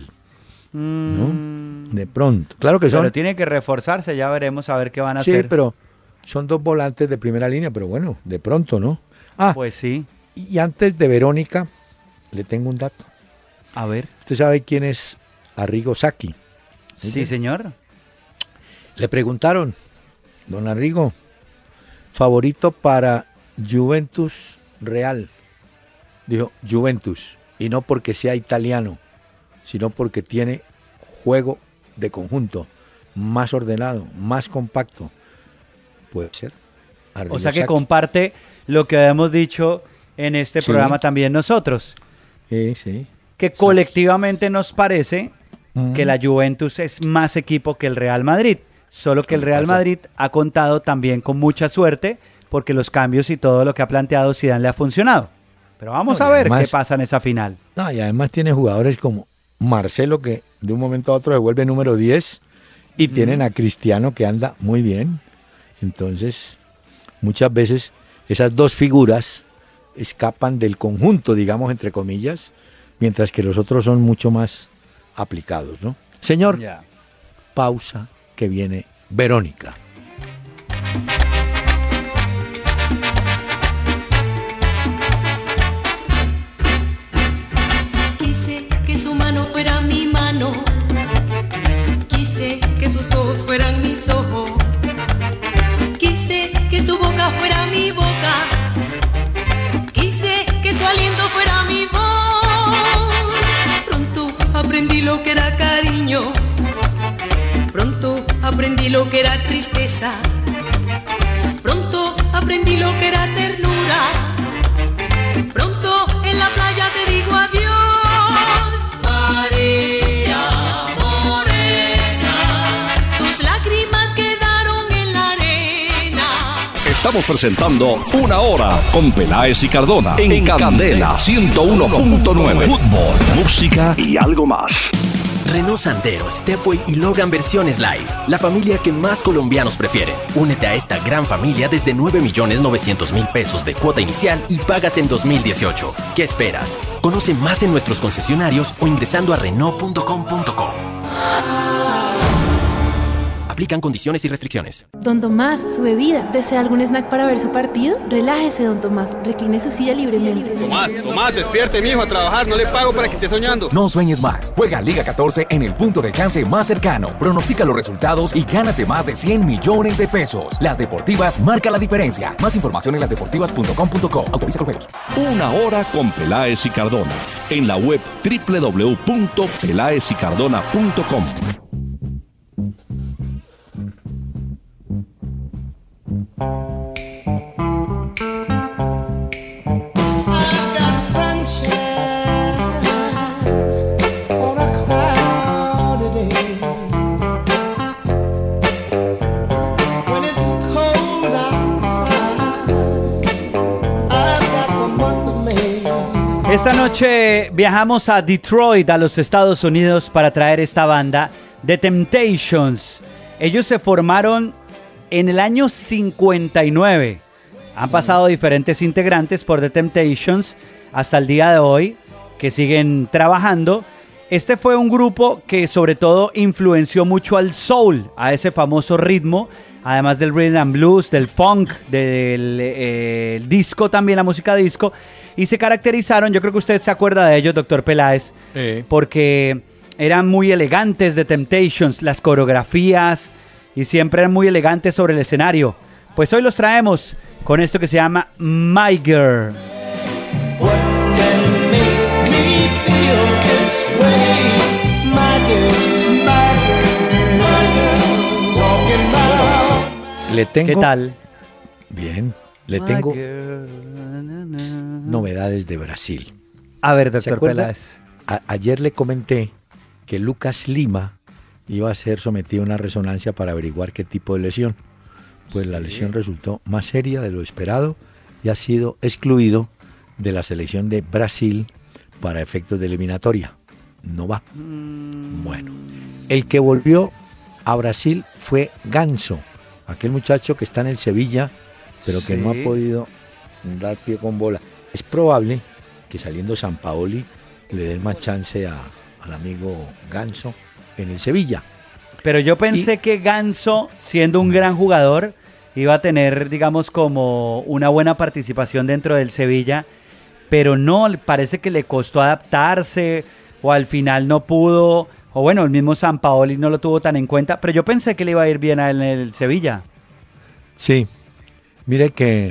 ¿No? De pronto. Claro que son. Pero tiene que reforzarse, ya veremos a ver qué van a hacer. Sí, pero son 2 volantes de primera línea, pero bueno, de pronto, ¿no? Pues sí. Y antes de Verónica, le tengo un dato. A ver. ¿Usted sabe quién es Arrigo Sacchi? Sí, señor. Le preguntaron, don Arrigo, favorito para Juventus Real. Dijo Juventus, y no porque sea italiano, sino porque tiene juego de conjunto, más ordenado, más compacto. Puede ser. O sea que comparte lo que habíamos dicho en este programa también nosotros. Sí. Que colectivamente nos parece que la Juventus es más equipo que el Real Madrid. Solo que el Real Madrid ha contado también con mucha suerte porque los cambios y todo lo que ha planteado Zidane le ha funcionado. Pero vamos a ver además, qué pasa en esa final. No, y además tiene jugadores como Marcelo, que de un momento a otro se vuelve número 10, y tienen a Cristiano, que anda muy bien. Entonces, muchas veces esas 2 figuras escapan del conjunto, digamos, entre comillas, mientras que los otros son mucho más aplicados, ¿no? Señor, pausa, que viene Verónica. Quise que su mano fuera mi mano, quise que sus ojos fueran mis ojos, quise que su boca fuera mi boca, quise que su aliento fuera mi voz. Pronto aprendí lo que era cariño, pronto aprendí lo que era tristeza, pronto aprendí lo que era ternura, pronto en la playa te digo adiós. María Morena, tus lágrimas quedaron en la arena. Estamos presentando Una Hora con Peláez y Cardona en Candela 101.9. Fútbol, música y algo más. Renault Sandero, Stepway y Logan versiones Live. La familia que más colombianos prefieren. Únete a esta gran familia desde 9.900.000 pesos de cuota inicial y pagas en 2018. ¿Qué esperas? Conoce más en nuestros concesionarios o ingresando a Renault.com.co. Aplican condiciones y restricciones. Don Tomás, su bebida. ¿Desea algún snack para ver su partido? Relájese, don Tomás. Recline su silla libremente. Tomás, despierte, mijo, a trabajar. No le pago para que esté soñando. No sueñes más. Juega Liga 14 en el punto de chance más cercano. Pronostica los resultados y gánate más de 100 millones de pesos. Las Deportivas marca la diferencia. Más información en lasdeportivas.com.co. Autoriza con juegos. Una hora con Peláez y Cardona. En la web www.pelaezycardona.com. Esta noche viajamos a Detroit, a los Estados Unidos, para traer esta banda, The Temptations. Ellos se formaron en el año 59. Han pasado diferentes integrantes por The Temptations hasta el día de hoy, que siguen trabajando. Este fue un grupo que sobre todo influenció mucho al soul, a ese famoso ritmo, además del rhythm and blues, del funk, del disco también, la música disco. Y se caracterizaron, yo creo que usted se acuerda de ellos, doctor Peláez, porque eran muy elegantes The Temptations, las coreografías, y siempre eran muy elegantes sobre el escenario. Pues hoy los traemos con esto que se llama My Girl. Le tengo, ¿qué tal? Bien, le tengo novedades de Brasil. A ver, doctor Peláez. Ayer le comenté que Lucas Lima iba a ser sometido a una resonancia para averiguar qué tipo de lesión. Pues la lesión resultó más seria de lo esperado y ha sido excluido de la selección de Brasil para efectos de eliminatoria. No va. Bueno, el que volvió a Brasil fue Ganso, aquel muchacho que está en el Sevilla, pero que no ha podido dar pie con bola. Es probable que saliendo Sampaoli le den más chance al amigo Ganso en el Sevilla. Pero yo pensé que Ganso, siendo un gran jugador, iba a tener, digamos, como una buena participación dentro del Sevilla, pero no, parece que le costó adaptarse, o al final no pudo, o bueno, el mismo Sampaoli no lo tuvo tan en cuenta, pero yo pensé que le iba a ir bien a él en el Sevilla. Sí, mire que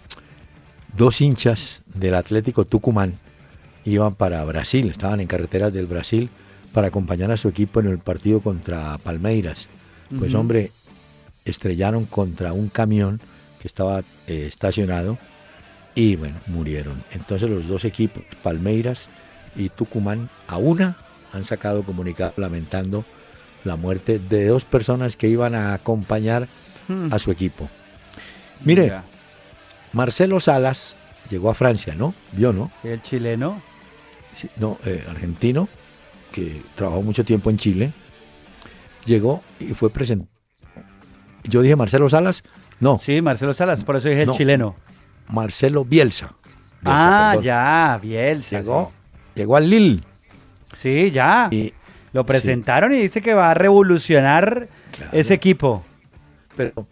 2 hinchas del Atlético Tucumán iban para Brasil, estaban en carreteras del Brasil para acompañar a su equipo en el partido contra Palmeiras. Pues hombre, estrellaron contra un camión que estaba estacionado y bueno, murieron. Entonces los 2 equipos, Palmeiras y Tucumán, a una han sacado comunicado lamentando la muerte de 2 personas que iban a acompañar a su equipo. Mire, Marcelo Salas llegó a Francia, ¿no? ¿Vio, no? Sí, el chileno. Sí, no, argentino, que trabajó mucho tiempo en Chile. Llegó y fue presentado. Yo dije Marcelo Salas, no. Sí, Marcelo Salas, por eso dije el chileno. Marcelo Bielsa. Perdón. Ya, Bielsa. Llegó al Lille. Sí, ya. Y lo presentaron y dice que va a revolucionar ese equipo. Pero,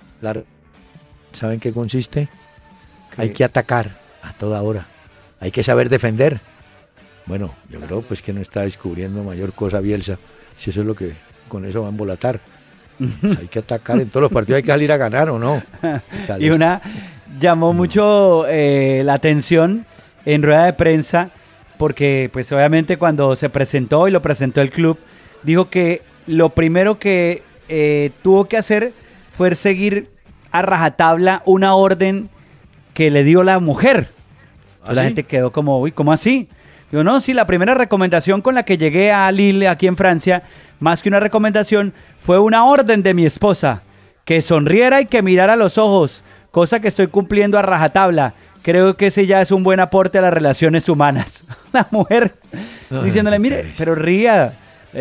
¿saben qué consiste? Hay que atacar a toda hora. Hay que saber defender. Bueno, yo creo pues que no está descubriendo mayor cosa Bielsa, si eso es lo que con eso va a embolatar. Pues hay que atacar en todos los partidos, hay que salir a ganar o no. Y una llamó mucho la atención en rueda de prensa, porque pues obviamente cuando se presentó y lo presentó el club, dijo que lo primero que tuvo que hacer fue seguir a rajatabla una orden que le dio la mujer. ¿Ah, la gente quedó como, uy, ¿cómo así? Digo, no, sí, la primera recomendación con la que llegué a Lille, aquí en Francia, más que una recomendación, fue una orden de mi esposa, que sonriera y que mirara a los ojos, cosa que estoy cumpliendo a rajatabla. Creo que ese ya es un buen aporte a las relaciones humanas. La mujer diciéndole, mire, pero ría,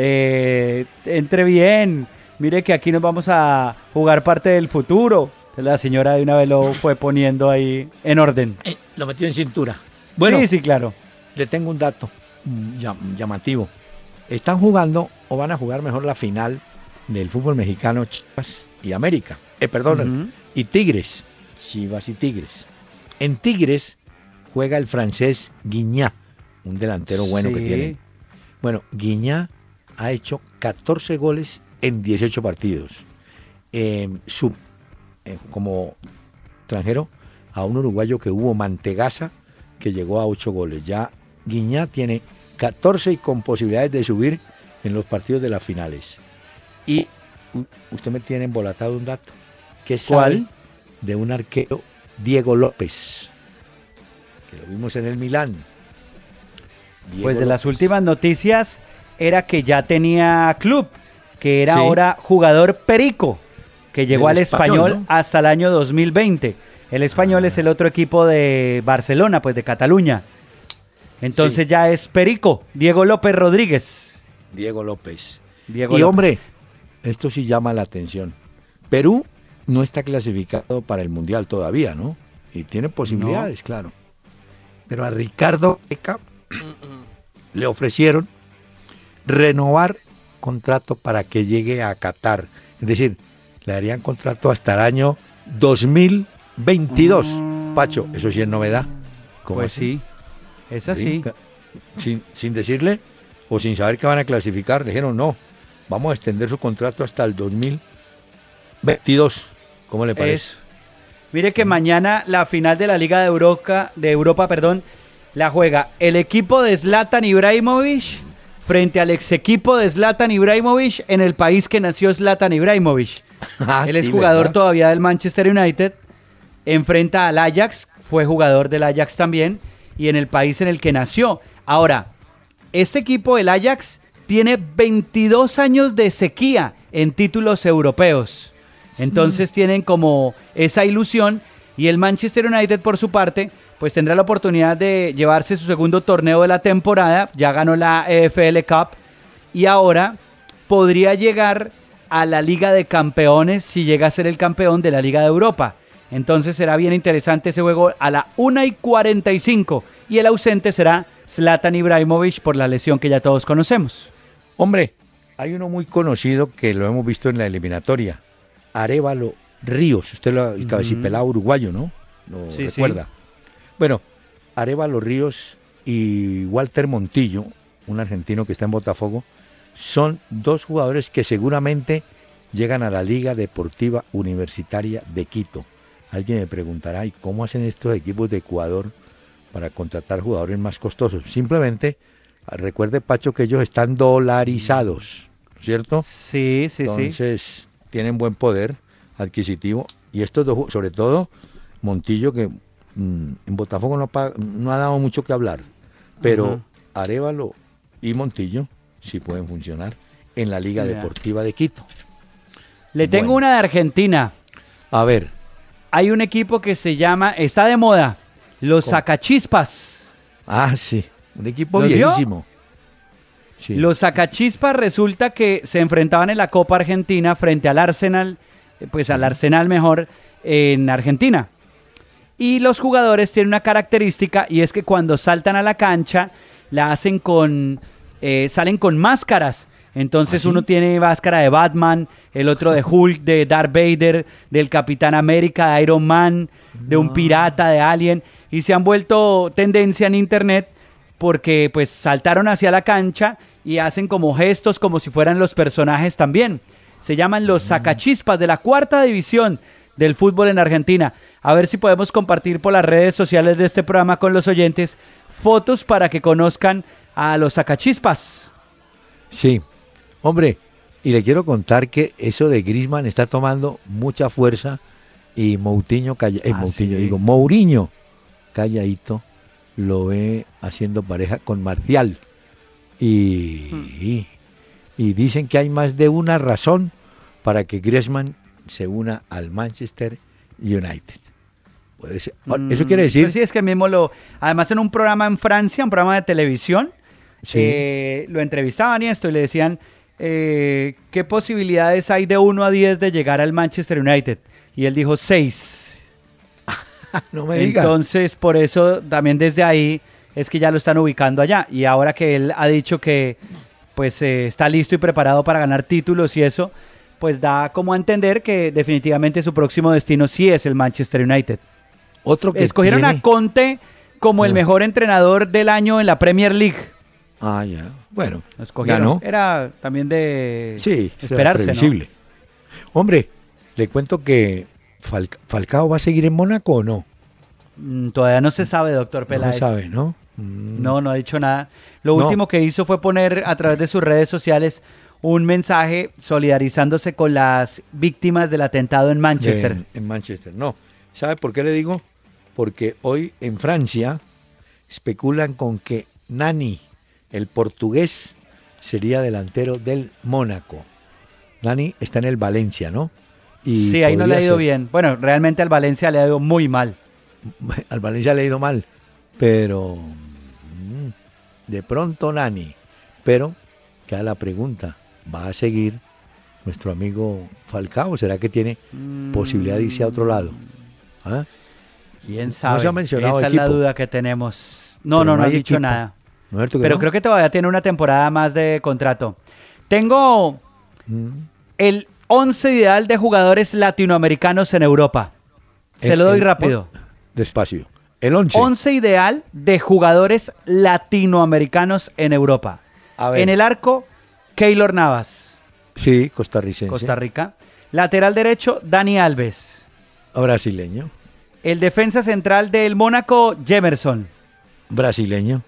entre bien, mire que aquí nos vamos a jugar parte del futuro. La señora de una vez lo fue poniendo ahí en orden. Lo metió en cintura. Bueno, sí, claro. Le tengo un dato llamativo. Están jugando o van a jugar mejor la final del fútbol mexicano, Chivas y América. Y Tigres. Chivas y Tigres. En Tigres juega el francés Guiñá, un delantero bueno que tiene. Bueno, Guiñá ha hecho 14 goles en 18 partidos. Como extranjero, a un uruguayo que hubo, Mantegazza, que llegó a 8 goles. Ya Guiñá tiene 14 y con posibilidades de subir en los partidos de las finales. Y usted me tiene embolatado un dato. ¿Qué sabe? ¿Cuál? De un arquero, Diego López, que lo vimos en el Milán. Pues de las últimas noticias era que ya tenía club, que era ahora jugador Perico, que llegó al Español, ¿no? Hasta el año 2020. El Español es el otro equipo de Barcelona, pues de Cataluña. Entonces ya es Perico, Diego López Rodríguez. Diego López. López. Hombre, esto sí llama la atención. Perú no está clasificado para el Mundial todavía, ¿no? Y tiene posibilidades, claro. Pero a Ricardo Gareca le ofrecieron renovar contrato para que llegue a Qatar. Es decir, le darían contrato hasta el año 2022. Pacho, eso sí es novedad. Pues así? Sí, es así. Sin decirle o sin saber que van a clasificar, le dijeron no, vamos a extender su contrato hasta el 2022. ¿Cómo le parece? Eso. Mire que mañana la final de la Liga de Europa, la juega el equipo de Zlatan Ibrahimovic frente al ex equipo de Zlatan Ibrahimovic en el país que nació Zlatan Ibrahimovic. Él es jugador todavía del Manchester United, enfrenta al Ajax, fue jugador del Ajax también, y en el país en el que nació. Ahora, este equipo, el Ajax, tiene 22 años de sequía en títulos europeos. Entonces tienen como esa ilusión, y el Manchester United por su parte pues tendrá la oportunidad de llevarse su segundo torneo de la temporada, ya ganó la EFL Cup y ahora podría llegar a la Liga de Campeones si llega a ser el campeón de la Liga de Europa. Entonces será bien interesante ese juego a la 1:45 y el ausente será Zlatan Ibrahimovic por la lesión que ya todos conocemos. Hombre, hay uno muy conocido que lo hemos visto en la eliminatoria, Arévalo Ríos, usted el cabecipelado uruguayo, ¿no? ¿Lo recuerda? Sí. Bueno, Arévalo Ríos y Walter Montillo, un argentino que está en Botafogo, son dos jugadores que seguramente llegan a la Liga Deportiva Universitaria de Quito. Alguien me preguntará, ¿y cómo hacen estos equipos de Ecuador para contratar jugadores más costosos? Simplemente, recuerde, Pacho, que ellos están dolarizados, ¿cierto? Sí. Entonces, tienen buen poder adquisitivo. Y estos dos, sobre todo, Montillo, que en Botafogo no ha dado mucho que hablar, pero Arévalo y Montillo sí pueden funcionar en la Liga Deportiva de Quito. Le tengo una de Argentina. A ver. Hay un equipo que se llama, está de moda, los Sacachispas. Ah, sí, un equipo viejísimo. Sí. Los Sacachispas resulta que se enfrentaban en la Copa Argentina frente al Arsenal, pues al Arsenal mejor, en Argentina. Y los jugadores tienen una característica, y es que cuando saltan a la cancha, la hacen salen con máscaras. Entonces uno tiene máscara de Batman, el otro de Hulk, de Darth Vader, del Capitán América, de Iron Man, de un pirata, de Alien, y se han vuelto tendencia en internet porque pues saltaron hacia la cancha y hacen como gestos como si fueran los personajes también. Se llaman los Sacachispas de la 4ª división del fútbol en Argentina. A ver si podemos compartir por las redes sociales de este programa con los oyentes fotos para que conozcan a los Sacachispas. Sí, hombre, y le quiero contar que eso de Griezmann está tomando mucha fuerza y Mourinho calladito lo ve haciendo pareja con Marcial y dicen que hay más de una razón para que Griezmann se una al Manchester United. Puede ser. Eso quiere decir... Pues sí, es que mismo además en un programa en Francia, un programa de televisión, lo entrevistaban y le decían ¿qué posibilidades hay de 1 a 10 de llegar al Manchester United? Y él dijo 6. No me diga. Entonces, por eso también desde ahí es que ya lo están ubicando allá. Y ahora que él ha dicho que pues está listo y preparado para ganar títulos y eso, pues da como a entender que definitivamente su próximo destino sí es el Manchester United. Otro que escogieron tiene... a Conte como el mejor entrenador del año en la Premier League. Ah, ya. Bueno, Lo escogieron. ganó. Era también de Sí, esperarse, era previsible. ¿no? Hombre, le cuento que Falcao va a seguir en Mónaco o no. Todavía no se sabe, doctor No Peláez. se sabe, ¿no? No ha dicho nada. Lo No. último que hizo fue poner a través de sus redes sociales un mensaje solidarizándose con las víctimas del atentado en Manchester. En Manchester, no. ¿Sabe por qué le digo? Porque hoy en Francia especulan con que Nani, el portugués, sería delantero del Mónaco. Nani está en el Valencia, ¿no? Y Sí, ahí no le ha podría ido ser. bien. Bueno, realmente al Valencia le ha ido muy mal. Al Valencia le ha ido mal, pero de pronto Nani. Pero queda la pregunta, ¿va a seguir nuestro amigo Falcao? ¿Será que tiene posibilidad de irse a otro lado? ¿Ah? ¿Quién sabe? se ha mencionado Esa es la equipo. duda que tenemos. No Pero no ha hay dicho equipo. nada. ¿No es cierto que Pero no? creo que todavía tiene una temporada más de contrato. Tengo el 11 ideal de jugadores latinoamericanos en Europa. Se lo doy rápido. Despacio. El 11. 11 ideal de jugadores latinoamericanos en Europa. A ver. En el arco, Keylor Navas, Sí, costarricense. Costa Rica. Lateral derecho, Dani Alves. Brasileño. El defensa central del Mónaco, Jemerson. Brasileño.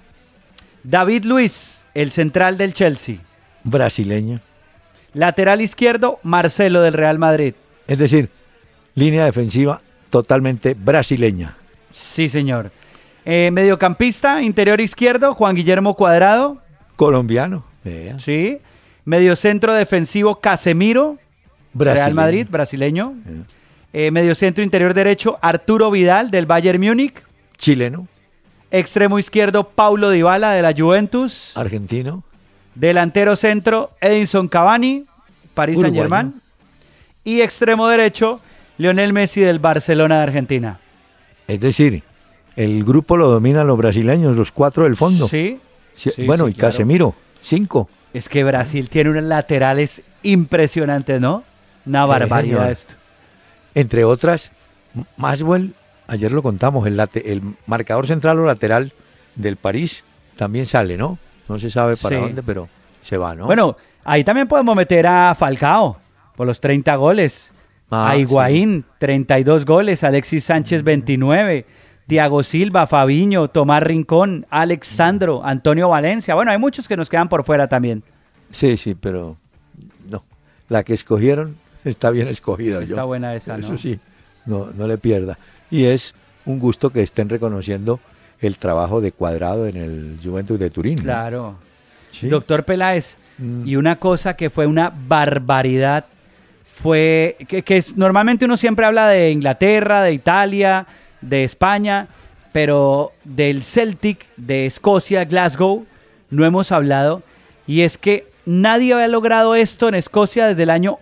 David Luiz, el central del Chelsea. Brasileño. Lateral izquierdo, Marcelo del Real Madrid. Es decir, línea defensiva totalmente brasileña. Sí, señor. Mediocampista, interior izquierdo, Juan Guillermo Cuadrado. Colombiano. Vea. Sí. Mediocentro defensivo, Casemiro. Real Brasileño. Madrid, brasileño. Mediocentro interior derecho, Arturo Vidal del Bayern Múnich. Chileno. Extremo izquierdo, Paulo Dybala de la Juventus. Argentino. Delantero centro, Edinson Cavani, Paris Uruguayo. Saint-Germain. Y extremo derecho, Lionel Messi del Barcelona de Argentina. Es decir, el grupo lo dominan los brasileños, los 4 del fondo. Sí. Sí, sí, bueno, sí, y claro. Casemiro, 5. Es que Brasil tiene unos laterales impresionantes, ¿no? Una Sí, barbaridad señor. esto. Entre otras, Maswell, ayer lo contamos, el marcador central o lateral del París también sale, ¿no? No se sabe para Sí. dónde, pero se va, ¿no? Bueno, ahí también podemos meter a Falcao por los 30 goles. Ah, A Higuaín, 32 goles. Alexis Sánchez, 29. Thiago Silva, Fabiño, Tomás Rincón, Alex Sandro, Antonio Valencia. Bueno, hay muchos que nos quedan por fuera también. Sí, pero no. La que escogieron está bien escogida. Está buena esa, ¿no? Eso sí, no le pierda. Y es un gusto que estén reconociendo el trabajo de Cuadrado en el Juventus de Turín, ¿no? Claro. Sí. Doctor Peláez, y una cosa que fue una barbaridad fue que normalmente uno siempre habla de Inglaterra, de Italia, de España, pero del Celtic, de Escocia, Glasgow, no hemos hablado. Y es que nadie había logrado esto en Escocia desde el año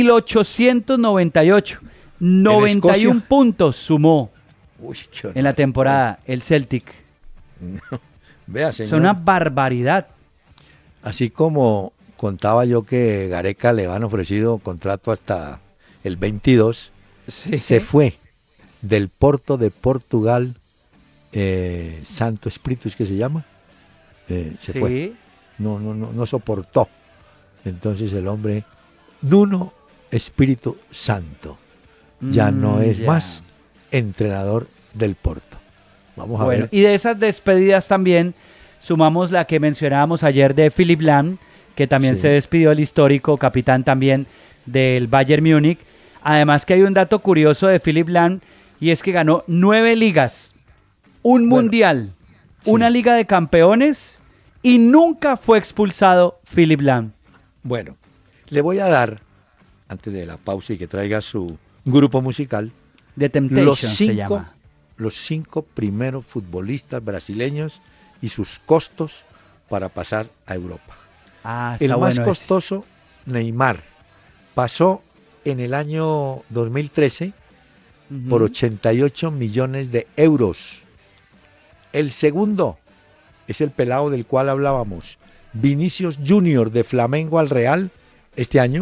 1898. 91 Escocia? puntos sumó Uy, qué en la temporada el Celtic. Vea, Es señor. una barbaridad. Así como contaba yo que Gareca le han ofrecido contrato hasta el 22, Sí. se fue del Porto de Portugal, Santo Espíritu, ¿es que se llama? Se Sí. fue. No soportó. Entonces el hombre, Nuno Espíritu Santo, ya no es ya. más entrenador del Porto. Vamos a Bueno, ver. y de esas despedidas también sumamos la que mencionábamos ayer de Philipp Lahm, que también Sí. se despidió, el histórico capitán también del Bayern Múnich. Además que hay un dato curioso de Philipp Lahm, y es que ganó 9 ligas, un mundial, sí. una liga de campeones, y nunca fue expulsado Philipp Lahm. Bueno, le voy a dar, antes de la pausa y que traiga su grupo musical, The Temptation los se 5 llama. los 5 primeros futbolistas brasileños y sus costos para pasar a Europa. Ah, está El más bueno ese. costoso, Neymar, pasó en el año 2013 por 88 millones de euros. El segundo es el pelado del cual hablábamos, Vinicius Junior de Flamengo al Real, este año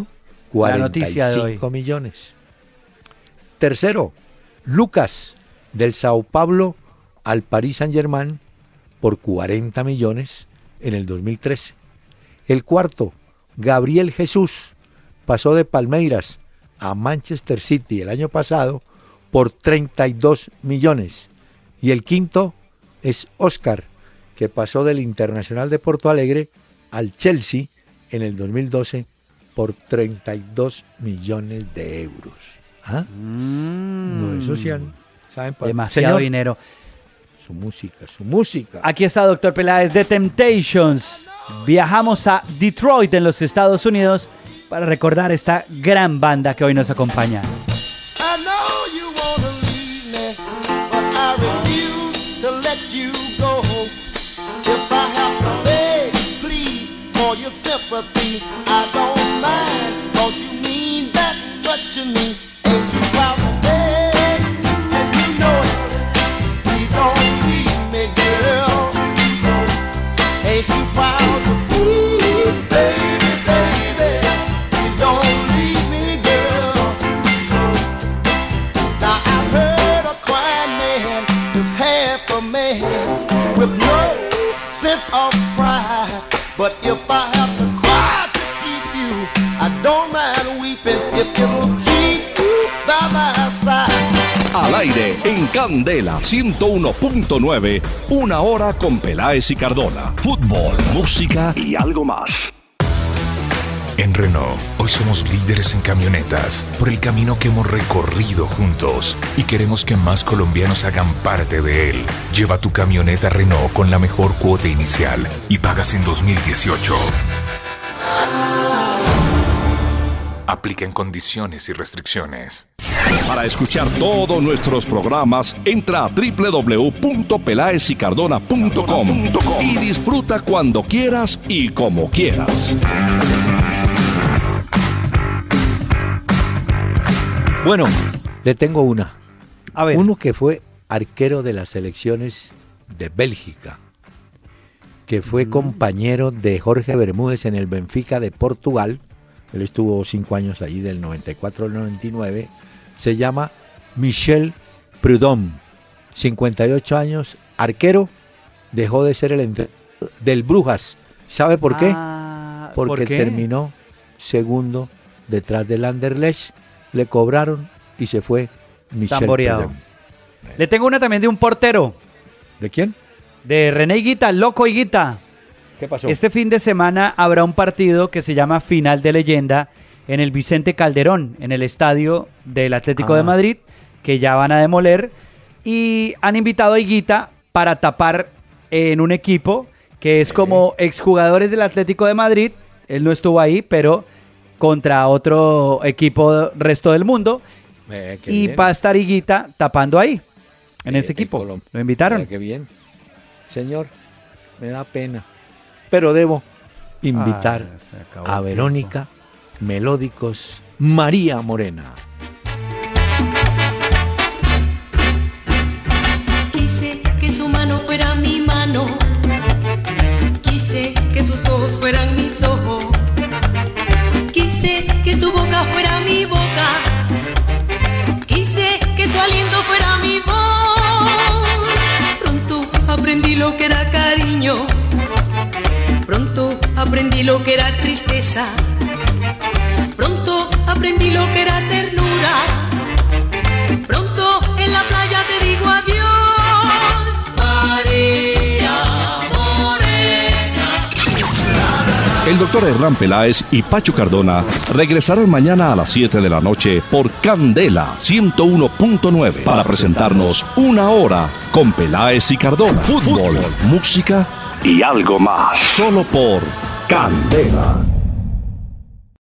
45 millones. Tercero, Lucas, del Sao Paulo al Paris Saint-Germain por 40 millones en el 2013. El cuarto, Gabriel Jesús, pasó de Palmeiras a Manchester City el año pasado por 32 millones. Y el quinto es Oscar, que pasó del Internacional de Porto Alegre al Chelsea en el 2012 por 32 millones de euros. ¿Ah? No, eso sí saben para demasiado Señor, dinero. Su música. Aquí está Dr. Peláez de Temptations. Viajamos a Detroit en los Estados Unidos para recordar esta gran banda que hoy nos acompaña. I know you wanna leave me, but I refuse to let you go. If I have to beg, please, for your sympathy, I don't mind, 'cause you mean that much to me. Ain't you proud to beg, and you know it, please don't leave me, girl. Ain't you proud to please, baby, baby, please don't leave me, girl. Now I've heard a crying man is half a man with no sense of pride. But if I have to cry to keep you, I don't mind weeping if it'll keep you by my side. Al aire en Candela 101.9, una hora con Peláez y Cardona. Fútbol, música y algo más. En Renault, hoy somos líderes en camionetas por el camino que hemos recorrido juntos y queremos que más colombianos hagan parte de él. Lleva tu camioneta Renault con la mejor cuota inicial y pagas en 2018. Aplica en condiciones y restricciones. Para escuchar todos nuestros programas, entra a www.pelaezicardona.com y disfruta cuando quieras y como quieras. Bueno, le tengo una. A ver. Uno que fue arquero de las selecciones de Bélgica, que fue compañero de Jorge Bermúdez en el Benfica de Portugal. Él estuvo 5 años allí, del 94 al 99. Se llama Michel Prudhomme, 58 años, arquero, dejó de ser el entrenador del Brujas. ¿Sabe por qué? Porque ¿por qué? terminó segundo detrás del Anderlecht, le cobraron y se fue Michel Tamboreado. Prudhomme. Le tengo una también de un portero, ¿De quién? de René Higuita, Loco Higuita. ¿Qué pasó? Este fin de semana habrá un partido que se llama Final de Leyenda en el Vicente Calderón, en el estadio del Atlético de Madrid, que ya van a demoler, y han invitado a Higuita para tapar en un equipo que es como exjugadores del Atlético de Madrid. Él no estuvo ahí, pero contra otro equipo resto del mundo, y bien. va a estar Higuita tapando ahí, en ese equipo. Lo invitaron. Qué bien. Señor, me da pena, pero debo invitar se acabó a el Verónica Melódicos María Morena. Quise que su mano fuera mi mano, quise que sus ojos fueran mis ojos, quise que su boca fuera mi boca, quise que su aliento fuera mi voz. Pronto aprendí lo que era cariño, pronto aprendí lo que era tristeza, pronto aprendí lo que era ternura, pronto en la playa te digo adiós, María Morena. El doctor Hernán Peláez y Pacho Cardona regresarán mañana a las 7 de la noche por Candela 101.9 para presentarnos Una Hora con Peláez y Cardona. Fútbol, música y algo más. Solo por Candela.